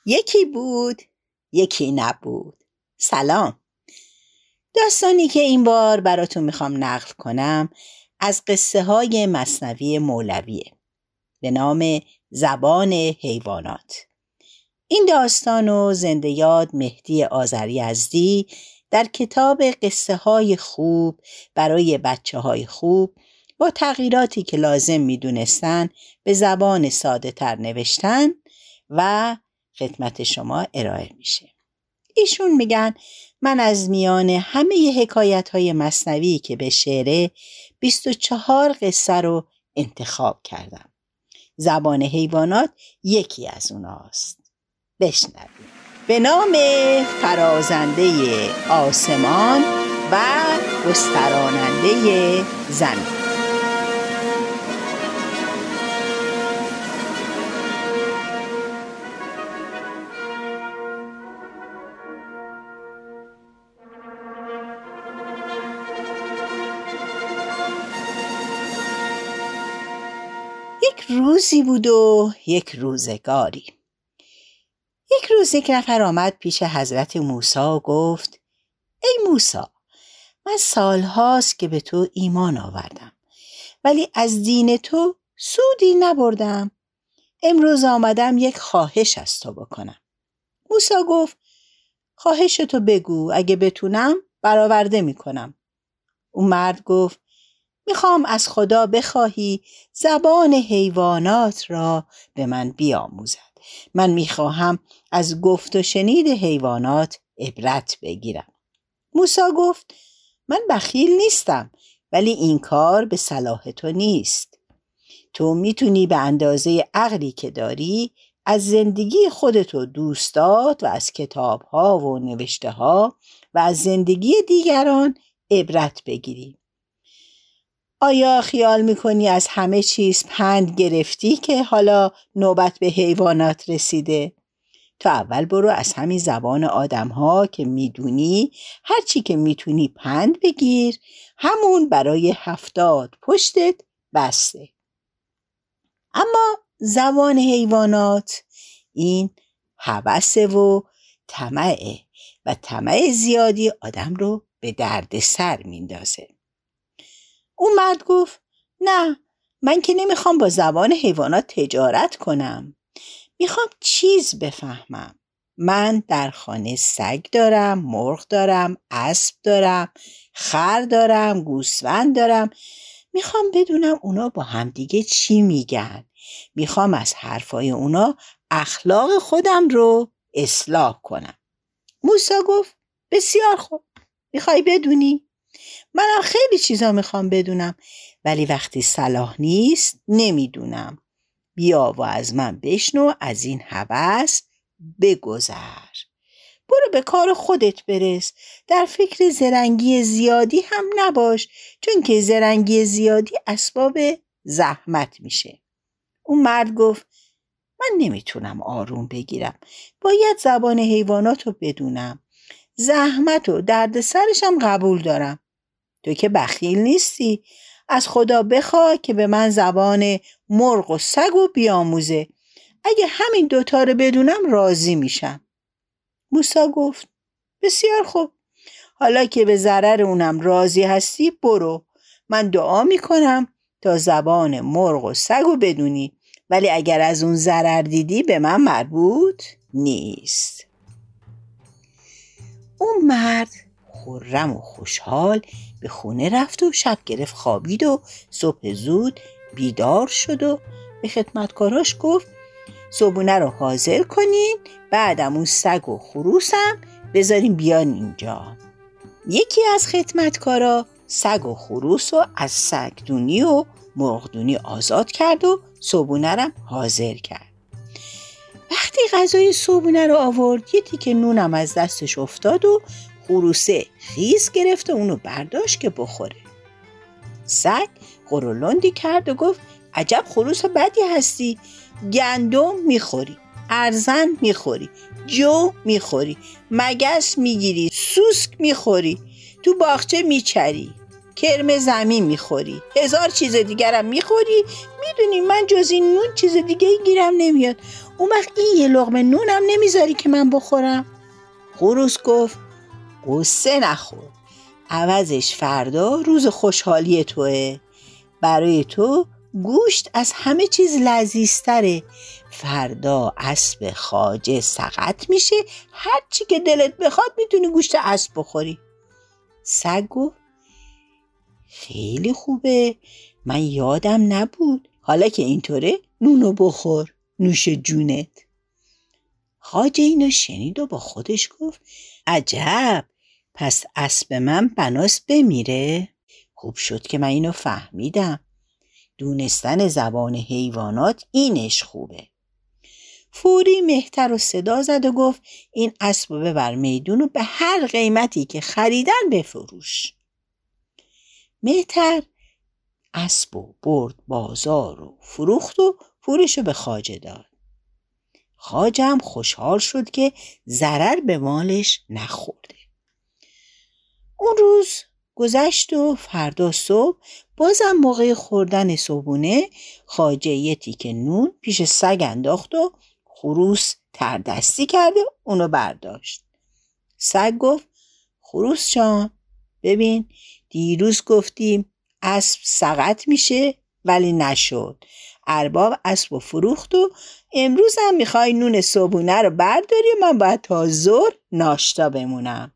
یکی بود، یکی نبود. سلام. داستانی که این بار براتون میخوام نقل کنم از قصه های مثنوی مولویه به نام زبان حیوانات. این داستانو زنده یاد مهدی آذریزدی در کتاب قصه های خوب برای بچه های خوب با تغییراتی که لازم میدونستن به زبان ساده تر نوشتن و خدمت شما ارائه میشه. ایشون میگن من از میان همه حکایت های مثنوی که به شعره 24 قصه رو انتخاب کردم. زبان حیوانات یکی از اوناست. بشنوید. به نام فرازنده آسمان و گستراننده زمین. یک روزی بود و یک روزگاری. یک روز یک نفر آمد پیش حضرت موسی و گفت ای موسی، من سالهاست که به تو ایمان آوردم ولی از دین تو سودی نبردم. امروز آمدم یک خواهش از تو بکنم. موسی گفت خواهشتو بگو، اگه بتونم برآورده میکنم. اون مرد گفت میخوام از خدا بخواهی زبان حیوانات را به من بیاموزد. من میخواهم از گفت و شنید حیوانات عبرت بگیرم. موسی گفت من بخیل نیستم ولی این کار به صلاح تو نیست. تو میتونی به اندازه عقلی که داری از زندگی خودت و دوستات و از کتابها و نوشته‌ها و از زندگی دیگران عبرت بگیری. آیا خیال میکنی از همه چیز پند گرفتی که حالا نوبت به حیوانات رسیده؟ تو اول برو از همین زبان آدم‌ها که میدونی هر چی که میتونی پند بگیر، همون برای 70 پشتت بسته. اما زبان حیوانات این هوسه و طمعه و طمع زیادی آدم رو به درد سر میندازه. اون مرد گفت نه، من که نمیخوام با زبان حیوانات تجارت کنم. میخوام چیز بفهمم. من در خانه سگ دارم، مرغ دارم، اسب دارم، خر دارم، گوسفند دارم. میخوام بدونم اونا با همدیگه چی میگن. میخوام از حرفای اونا اخلاق خودم رو اصلاح کنم. موسی گفت بسیار خوب، میخوای بدونی؟ منم خیلی چیزا میخوام بدونم ولی وقتی صلاح نیست نمیدونم. بیا و از من بشنو، از این هوس بگذر. برو به کار خودت برس. در فکر زرنگی زیادی هم نباش، چون که زرنگی زیادی اسباب زحمت میشه. اون مرد گفت من نمیتونم آروم بگیرم. باید زبان حیوانات رو بدونم. زحمت و درد سرشم قبول دارم. تو که بخیل نیستی. از خدا بخواه که به من زبان مرغ و سگ رو بیاموزه. اگه همین دوتا رو بدونم راضی میشم. موسی گفت بسیار خوب، حالا که به ضرر اونم راضی هستی برو. من دعا میکنم تا زبان مرغ و سگ رو بدونی، ولی اگر از اون ضرر دیدی به من مربوط نیست. اون مرد خرم و خوشحال به خونه رفت و شب گرفت خوابید و صبح زود بیدار شد و به خدمتکاراش گفت صبحونه رو حاضر کنین، بعدم اون سگ و خروسم بذارین بیان اینجا. یکی از خدمتکارا سگ و خروس رو از سگدونی و مرغدونی آزاد کرد و صبحونه رو حاضر کرد. وقتی غذای صبحونه رو آورد یه تیکه نونم از دستش افتاد و خروسه خیز گرفت و اونو برداشت که بخوره. سگ قرولندی کرد و گفت عجب خروس بدی هستی. گندم میخوری، ارزن میخوری، جو میخوری، مگس میگیری، سوسک میخوری، تو باغچه میچری. کرم زمین میخوری، 1000 چیز دیگرم میخوری، میدونی من جز این نون چیز دیگه گیرم نمیاد. اون وقت این یه لقمه نونم نمیذاری که من بخورم؟ خروس گفت قصه نخور، عوضش فردا روز خوشحالی توه. برای تو گوشت از همه چیز لذیذتره. فردا اسب خواجه سقط میشه، هر چی که دلت بخواد میتونی گوشت اسب بخوری. سگ گفت خیلی خوبه، من یادم نبود، حالا که اینطوره نونو بخور، نوش جونت. خواجه اینو شنید و با خودش گفت عجب، پس اسب من بناس بمیره؟ خوب شد که من اینو فهمیدم. دونستن زبان حیوانات اینش خوبه. فوری مهتر رو صدا زد و گفت این اسب رو ببر میدون و به هر قیمتی که خریدن بفروش. مهتر اسب رو برد بازار و فروخت و پولش رو به خواجه داد. خواجه هم خوشحال شد که ضرر به مالش نخورده. اون روز گذشت و فردا صبح بازم موقع خوردن صبحونه خواجه یه تیکه نون پیش سگ انداخت و خروس تردستی کرد و اونو برداشت. سگ گفت خروس جان ببین، دیروز گفتیم اسب سقط میشه ولی نشد. ارباب اسب فروخت و امروز هم میخوای نون صبحونه رو برداری و من باید تا ظهر ناشتا بمونم.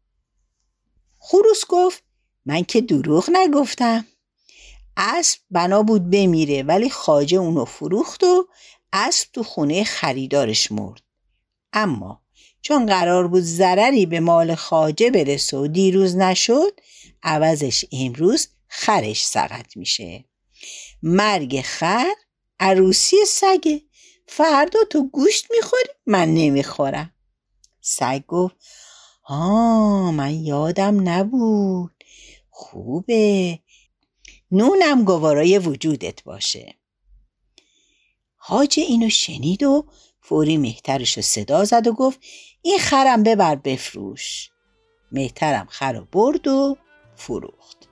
خروس گفت من که دروغ نگفتم. اسب بنا بود بمیره ولی خواجه اونو فروخت و اسب تو خونه خریدارش مرد. اما چون قرار بود ضرری به مال خواجه برسه و دیروز نشد، عوضش امروز خرش سقط میشه. مرگ خر عروسی سگه. فردا تو گوشت میخوری، من نمیخورم. سگ گفت من یادم نبود. خوبه، نونم گوارای وجودت باشه. خواجه اینو شنید و فوری مهترشو صدا زد و گفت این خرم ببر بفروش. مهترم خر رو برد و فروخت.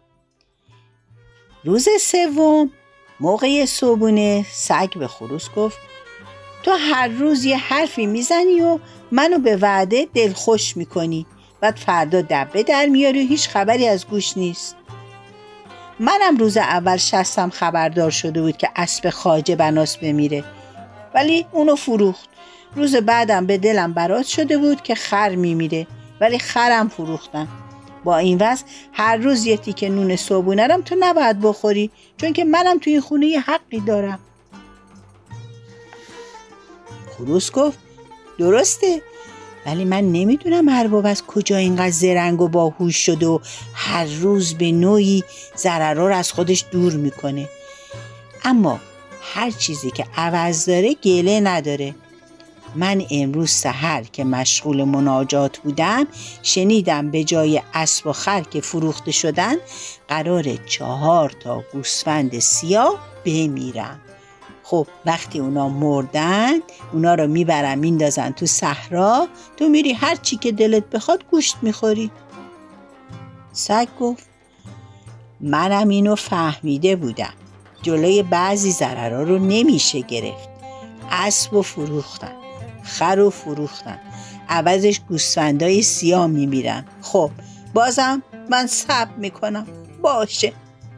روز سوم موقع صبحونه سگ به خروس گفت تو هر روز یه حرفی میزنی و منو به وعده دلخوش میکنی، بعد فردا دبه در میاری و هیچ خبری از گوش نیست. منم روز اول شستم خبردار شده بود که اسب خواجه بناس بمیره ولی اونو فروخت. روز بعدم به دلم برات شده بود که خر میمیره ولی خرم فروختن. با این وضع هر روز یه تیکه نون صبحونه رم تو نباید بخوری، چون که منم توی این خونه یه حقی دارم. خروس گفت درسته، ولی من نمیدونم ارباب از کجا اینقدر زرنگ و باهوش شده و هر روز به نوعی ضررها رو از خودش دور میکنه. اما هر چیزی که عوض داره گله نداره. من امروز سحر که مشغول مناجات بودم شنیدم به جای اسب و خر که فروخته شدن قرار 4 تا گوسفند سیاه بمیرن. خب وقتی اونا مردن اونا رو میبرن میندازن تو صحرا، تو میری هر چی که دلت بخواد گوشت میخوری. سگ گفت منم اینو فهمیده بودم، جلوی بعضی ضررها رو نمیشه گرفت. اسب و فروختن، خر و فروختن، عوضش گوسفندای سیاه میمیرن. خب بازم من صبر میکنم، باشه.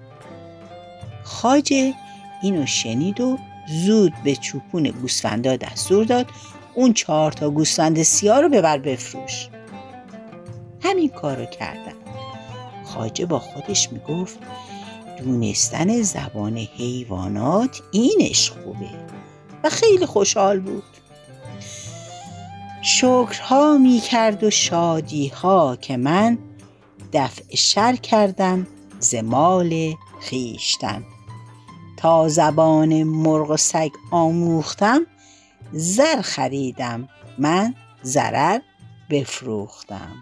خواجه اینو شنید و زود به چوپون گوسفندا دستور داد اون 4 تا گوسفند سیاه رو ببر بفروش. همین کارو کردن. خواجه با خودش میگفت دونستن زبان حیوانات اینش خوبه و خیلی خوشحال بود. شکرها میکرد و شادیها که من دفع شر کردم ز مال خویشتن. تا زبان مرغ و سگ آموختم، زر خریدم من ضرر بفروختم.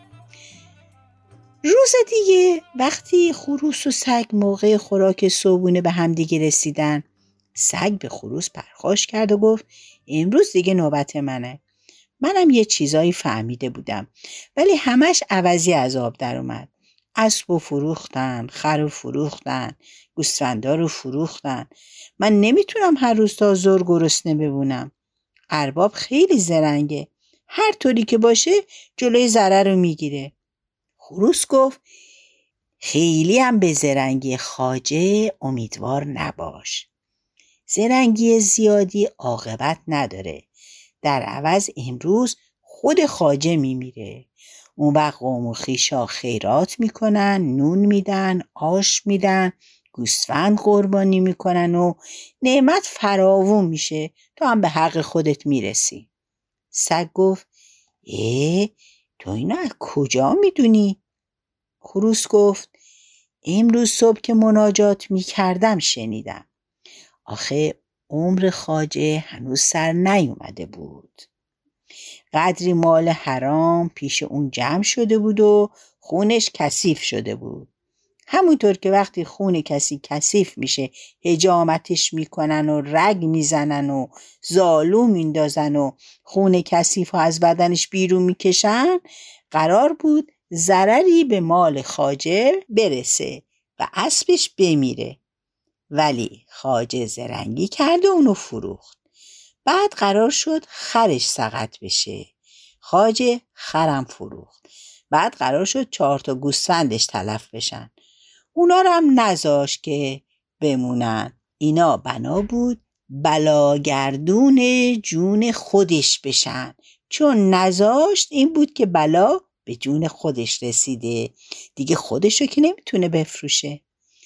روز دیگه وقتی خروس و سگ موقع خوراک صبحونه به هم دیگه رسیدن، سگ به خروس پرخاش کرد و گفت امروز دیگه نوبت منه. منم یه چیزایی فهمیده بودم ولی همش عوضی از آب در اومد. اسب رو فروختن، خر رو فروختن، گوسفندا رو فروختن. من نمیتونم هر روز تا ظهر گرسنه بمونم. ارباب خیلی زرنگه. هر طوری که باشه جلوی ضرر رو میگیره. خروس گفت خیلی هم به زرنگی خواجه امیدوار نباش. زرنگی زیادی عاقبت نداره. در عوض امروز خود خواجه میمیره. اون وقت قوم و خویشا خیرات میکنن، نون میدن، آش میدن، گوسفند قربانی میکنن و نعمت فراوون میشه تا هم به حق خودت میرسی. سگ گفت تو اینو از کجا میدونی؟ خروس گفت امروز صبح که مناجات میکردم شنیدم. آخه عمر خواجه هنوز سر نیومده بود. قدری مال حرام پیش اون جمع شده بود و خونش کثیف شده بود. همونطور که وقتی خون کسی کثیف میشه حجامتش میکنن و رگ میزنن و زالو میندازن و خون کثیف رو از بدنش بیرون میکشن، قرار بود ضرری به مال خواجه برسه و اسبش بمیره. ولی خواجه زرنگی کرد و اونو فروخت. بعد قرار شد خرش سقط بشه. خواجه خرم فروخت. بعد قرار شد 4 تا گوسفندش تلف بشن. اونا رو هم نذاشت که بمونن. اینا بنا بود بلاگردون جون خودش بشن. چون نذاشت این بود که بلا به جون خودش رسیده. دیگه خودشو که نمیتونه بفروشه.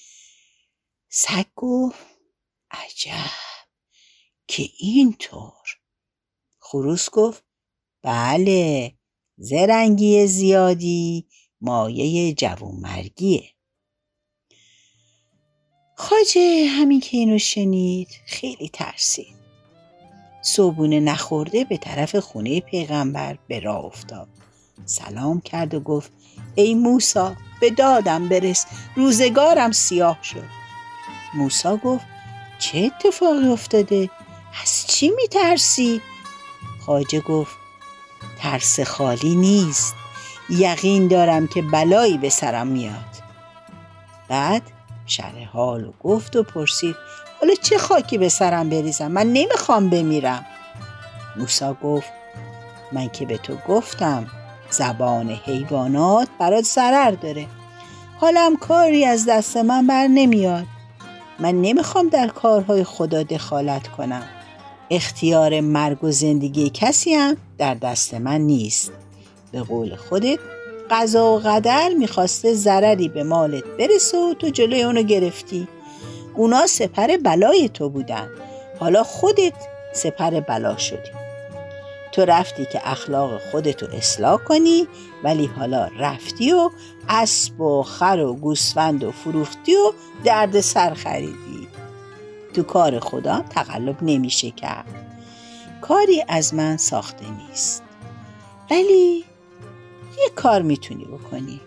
سگ گفت عجب که اینطور. خروس گفت بله، زرنگی زیادی مایه جوانمرگیه. خواجه همین که اینو شنید خیلی ترسید. صبحونه نخورده به طرف خونه پیغمبر به راه افتاد. سلام کرد و گفت ای موسی به دادم برس، روزگارم سیاه شد. موسی گفت چه اتفاقی افتاده؟ از چی میترسی؟ خواجه گفت ترس خالی نیست، یقین دارم که بلایی به سرم میاد. بعد شرح حالو گفت و پرسید حالا چه خاکی به سرم بریزم؟ من نمیخوام بمیرم. موسی گفت من که به تو گفتم زبان حیوانات برات ضرر داره. حالا هم کاری از دست من بر نمیاد. من نمیخوام در کارهای خدا دخالت کنم. اختیار مرگ و زندگی کسی هم در دست من نیست. به قول خودت قضا و قدر میخواسته ضرری به مالت برسه و تو جلوی اونو گرفتی. اونا سپر بلای تو بودن، حالا خودت سپر بلا شدی. تو رفتی که اخلاق خودتو اصلاح کنی، ولی حالا رفتی و اسب و خر و گوسفند و فروختی و درد سر خریدی. تو کار خدا تقلب نمیشه کرد. کاری از من ساخته نیست، ولی یه کار میتونی بکنی.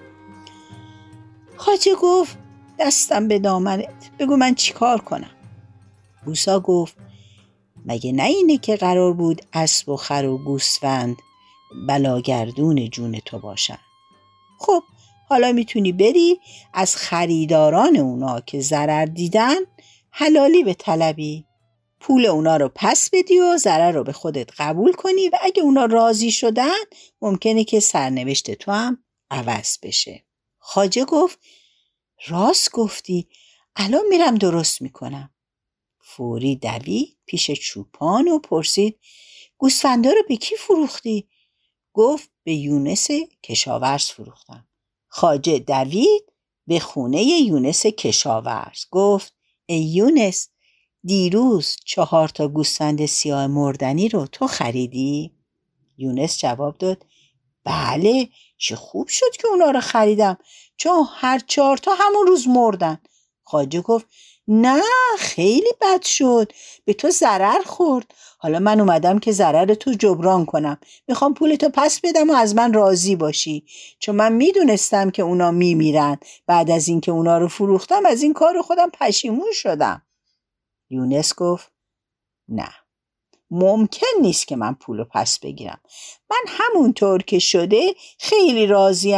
خواجه گفت دستم به دامنت، بگو من چی کار کنم؟ موسی گفت مگه نه اینه که قرار بود اسب و خر و گوسفند بلاگردون جون تو باشن؟ خب حالا میتونی بری از خریداران اونا که ضرر دیدن حلالی به طلبی. پول اونا رو پس بدی و ضرر رو به خودت قبول کنی و اگه اونا راضی شدن ممکنه که سرنوشت تو هم عوض بشه. خواجه گفت راست گفتی، الان میرم درست میکنم. فوری دوید پیش چوپان و پرسید گوسفندا رو به کی فروختی؟ گفت به یونس کشاورز فروختم. خواجه دوید به خونه یونس کشاورز. گفت ای یونس، دیروز 4 تا گوسفند سیاه مردنی رو تو خریدی؟ یونس جواب داد بله، چه خوب شد که اونا رو خریدم، چون هر 4 تا همون روز مردن. خواجه گفت نه، خیلی بد شد، به تو ضرر خورد. حالا من اومدم که ضرر تو جبران کنم. میخوام پولتو پس بدم و از من راضی باشی، چون من میدونستم که اونا میمیرن. بعد از این که اونا رو فروختم از این کار خودم پشیمون شدم. یونس گفت نه، ممکن نیست که من پولو پس بگیرم. من همونطور که شده خیلی راضیم.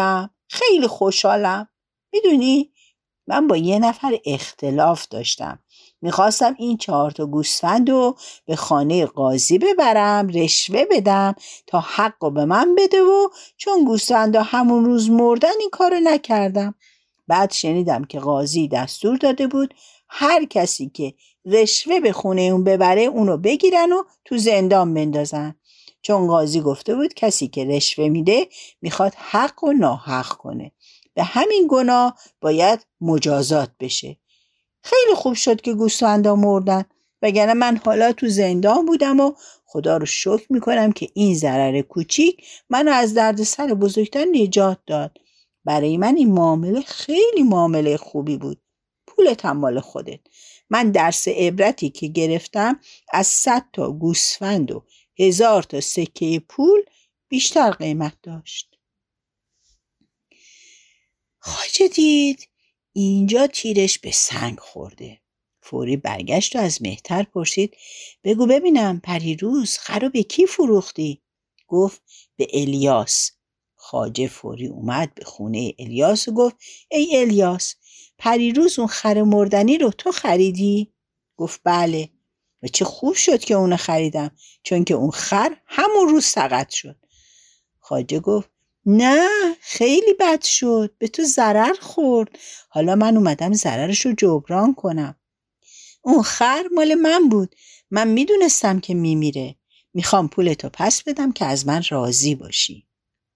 خیلی خوشحالم. میدونی من با یه نفر اختلاف داشتم. میخواستم این 4 گوسفند رو به خانه قاضی ببرم، رشوه بدم تا حق رو به من بده و چون گوسفندا همون روز مردن این کارو نکردم. بعد شنیدم که قاضی دستور داده بود هر کسی که رشوه به خونه اون ببره اونو بگیرن و تو زندان بندازن. چون قاضی گفته بود کسی که رشوه میده میخواد حق و ناحق کنه. به همین گناه باید مجازات بشه. خیلی خوب شد که گوسفندا مردن، وگرنه من حالا تو زندان بودم و خدا رو شکر میکنم که این ضرر کوچیک منو از دردسر بزرگتر نجات داد. برای من این معامله خیلی معامله خوبی بود. پولت هم مال خودت. من درس عبرتی که گرفتم از 100 گوسفند و 1000 سکه پول بیشتر قیمت داشت. خواجه دید اینجا تیرش به سنگ خورده. فوری برگشت و از مهتر پرسید بگو ببینم پریروز خر به کی فروختی؟ گفت به الیاس. خواجه فوری اومد به خونه الیاس و گفت ای الیاس، پریروز اون خر مردنی رو تو خریدی؟ گفت بله. و چه خوب شد که اونو خریدم، چون که اون خر همون روز سقط شد. خواجه گفت نه خیلی بد شد، به تو ضرر خورد. حالا من اومدم ضررش رو جبران کنم. اون خر مال من بود، من میدونستم که میمیره. میخوام پولتو پس بدم که از من راضی باشی.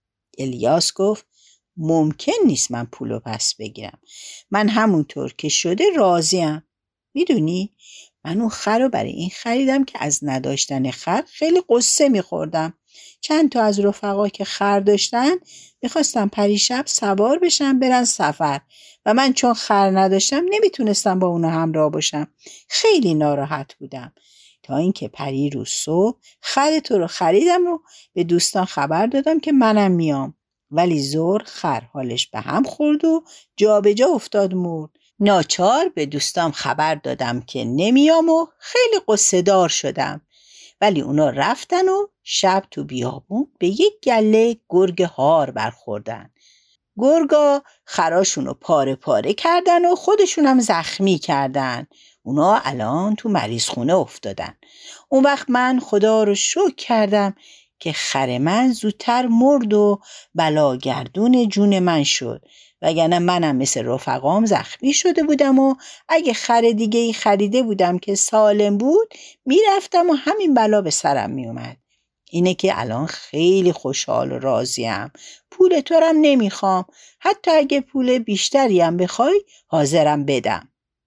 الیاس گفت ممکن نیست من پولو پس بگیرم. من همونطور که شده راضیم. میدونی من اون خر رو برای این خریدم که از نداشتن خر خیلی قصه میخوردم. چند تا از رفقا که خر داشتن میخواستم پریشب سوار بشن برن سفر و من چون خر نداشتم نمیتونستم با اونا همراه باشم. خیلی ناراحت بودم تا اینکه پریروز صبح خر تو رو خریدم و به دوستان خبر دادم که منم میام. ولی ظهر خر حالش به هم خورد و جا به جا افتاد مرد. ناچار به دوستام خبر دادم که نمیام و خیلی قصه دار شدم. ولی اونا رفتن و شب تو بیابون به یک گله گرگ هار برخوردن. گرگا خراشونو پاره پاره کردن و خودشونم زخمی کردن. اونا الان تو مریض خونه افتادن. اون وقت من خدا رو شکر کردم که خر من زودتر مرد و بلاگردون جون من شد، وگرنه منم مثل رفقام زخمی شده بودم و اگه خر دیگه ای خریده بودم که سالم بود میرفتم و همین بلا به سرم میومد. اینه که الان خیلی خوشحال و راضیم. پول تو رم نمیخوام، حتی اگه پول بیشتری هم بخوای حاضرم بدم.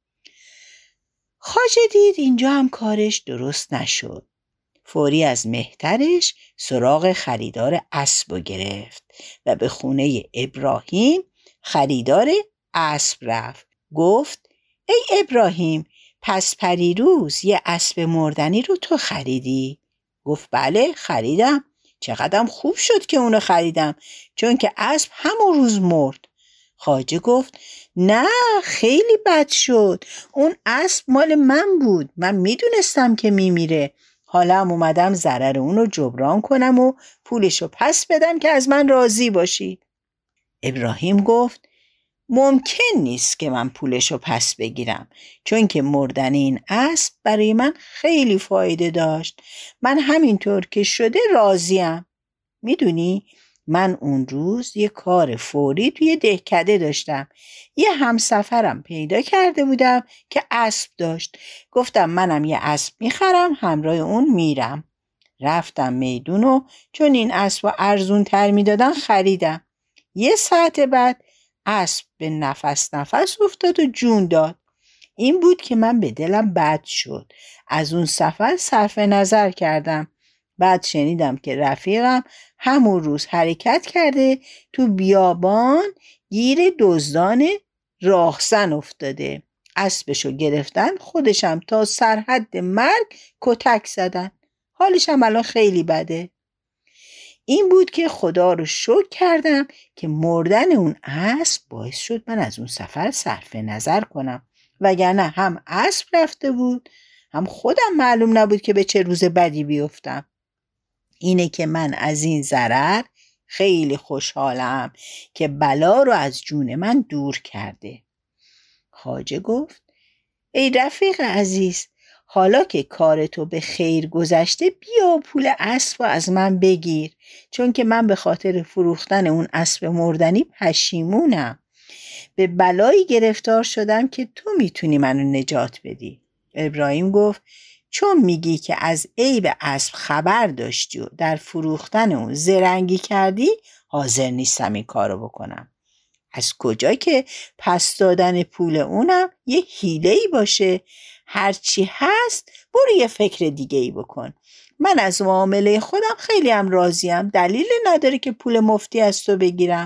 خواجه دید اینجا هم کارش درست نشد. فوری از مهترش سراغ خریدار اسب گرفت و به خونه ابراهیم خریدار اسب رفت. گفت ای ابراهیم، پس پریروز یه اسب مردنی رو تو خریدی؟ گفت بله خریدم. چقدرم خوب شد که اونو خریدم، چون که اسب همون روز مرد. خواجه گفت نه خیلی بد شد، اون اسب مال من بود، من میدونستم که میمیره. حالا هم اومدم ضرر اونو جبران کنم و پولشو پس بدم که از من راضی باشی. ابراهیم گفت ممکن نیست که من پولشو پس بگیرم، چون که مردن این اسب برای من خیلی فایده داشت. من همینطور که شده راضیم. میدونی من اون روز یه کار فوری توی دهکده داشتم. یه همسفرم پیدا کرده بودم که اسب داشت. گفتم منم یه اسب میخرم همراه اون میرم. رفتم میدون و چون این اسب ارزون تر میدادن خریدم. یه ساعت بعد اسب به نفس افتاد و جون داد. این بود که من به دلم بد شد. از اون سفر صرف نظر کردم. بعد شنیدم که رفیقم همون روز حرکت کرده تو بیابان گیر دزدان راهزن افتاده. اسبشو گرفتن، خودشم تا سرحد مرگ کتک زدن. حالشم الان خیلی بده. این بود که خدا رو شکر کردم که مردن اون اسب باعث شد من از اون سفر صرف نظر کنم، وگرنه هم اسب رفته بود هم خودم معلوم نبود که به چه روز بدی بیفتم. اینه که من از این ضرر خیلی خوشحالم که بلا رو از جون من دور کرده. خواجه گفت ای رفیق عزیز، حالا که کار تو به خیر گذشته بیا پول اسب رو از من بگیر، چون که من به خاطر فروختن اون اسب مردنی پشیمونم. به بلایی گرفتار شدم که تو میتونی منو نجات بدی. ابراهیم گفت چون میگی که از عیب اسب خبر داشتی و در فروختن اون زرنگی کردی، حاضر نیستم این کارو بکنم. از کجا که پس دادن پول اونم یه حیله‌ای باشه؟ هرچی هست برو یه فکر دیگه ای بکن. من از معامله خودم خیلی هم راضیم، دلیلی نداره که پول مفتی از تو بگیرم.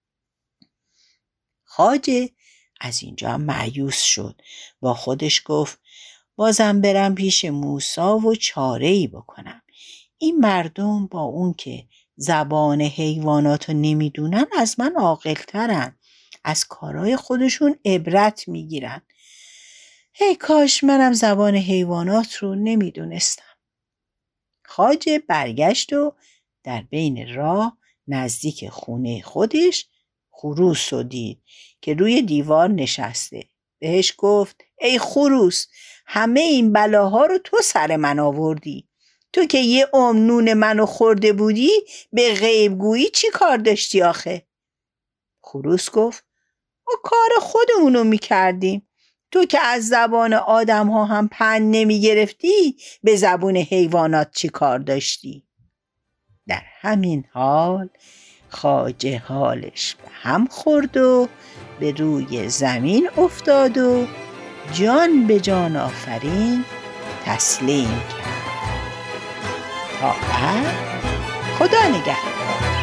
خواجه از اینجا هم مایوس شد، با خودش گفت بازم برم پیش موسی و چاره‌ای بکنم. این مردم با اون که زبان حیوانات رو نمیدونن از من عاقل‌ترن، از کارهای خودشون عبرت میگیرن. هی کاش منم زبان حیوانات رو نمیدونستم. خواجه برگشت و در بین راه نزدیک خونه خودش خروس رو دید که روی دیوار نشسته. بهش گفت ای خروس، همه این بلاها رو تو سر من آوردی. تو که یه نون منو خورده بودی، به غیب گویی چی کار داشتی آخه؟ خروس گفت ما کار خودمونو میکردیم. تو که از زبان آدم ها هم پند نمی گرفتی، به زبون حیوانات چی کار داشتی؟ در همین حال خواجه حالش به هم خورد و به روی زمین افتاد و جان به جان آفرین تسلیم کرد. تا بعد، خدا نگهدار.